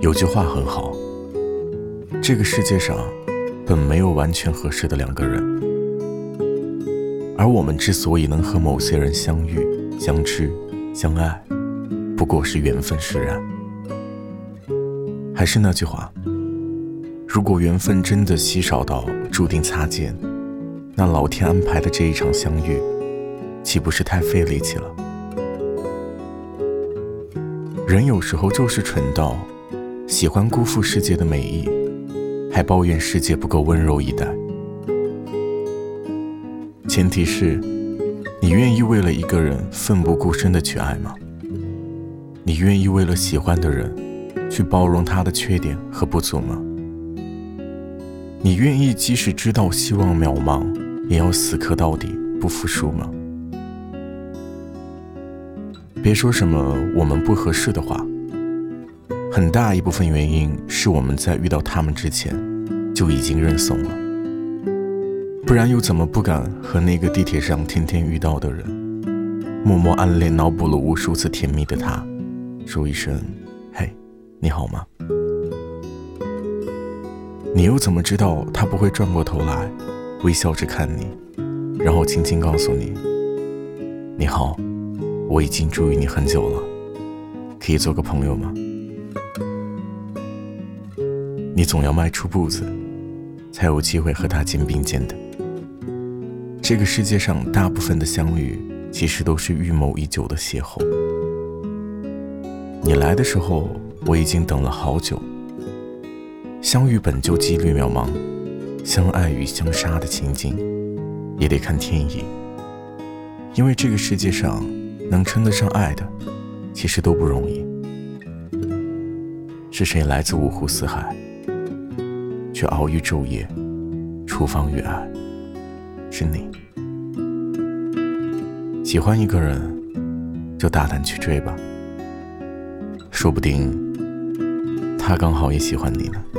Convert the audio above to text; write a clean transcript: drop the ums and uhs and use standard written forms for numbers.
有句话很好，这个世界上本没有完全合适的两个人，而我们之所以能和某些人相遇、相知、相爱，不过是缘分使然。还是那句话，如果缘分真的稀少到注定擦肩，那老天安排的这一场相遇，岂不是太费力气了？人有时候就是蠢到喜欢辜负世界的美意，还抱怨世界不够温柔以待。前提是你愿意为了一个人奋不顾身的去爱吗？你愿意为了喜欢的人去包容他的缺点和不足吗？你愿意即使知道希望渺茫，也要死磕到底不服输吗？别说什么我们不合适的话，很大一部分原因是我们在遇到他们之前就已经认怂了，不然又怎么不敢和那个地铁上天天遇到的人默默暗恋脑补了无数次甜蜜的他说一声嘿，你好吗？你又怎么知道他不会转过头来微笑着看你，然后轻轻告诉你，你好，我已经注意你很久了，可以做个朋友吗？你总要迈出步子，才有机会和他肩并肩的。这个世界上大部分的相遇，其实都是预谋已久的邂逅。你来的时候，我已经等了好久。相遇本就几率渺茫，相爱与相杀的情景，也得看天意。因为这个世界上能称得上爱的，其实都不容易。是谁来自五湖四海，却熬于昼夜，厨房与爱？是你。喜欢一个人，就大胆去追吧，说不定他刚好也喜欢你呢。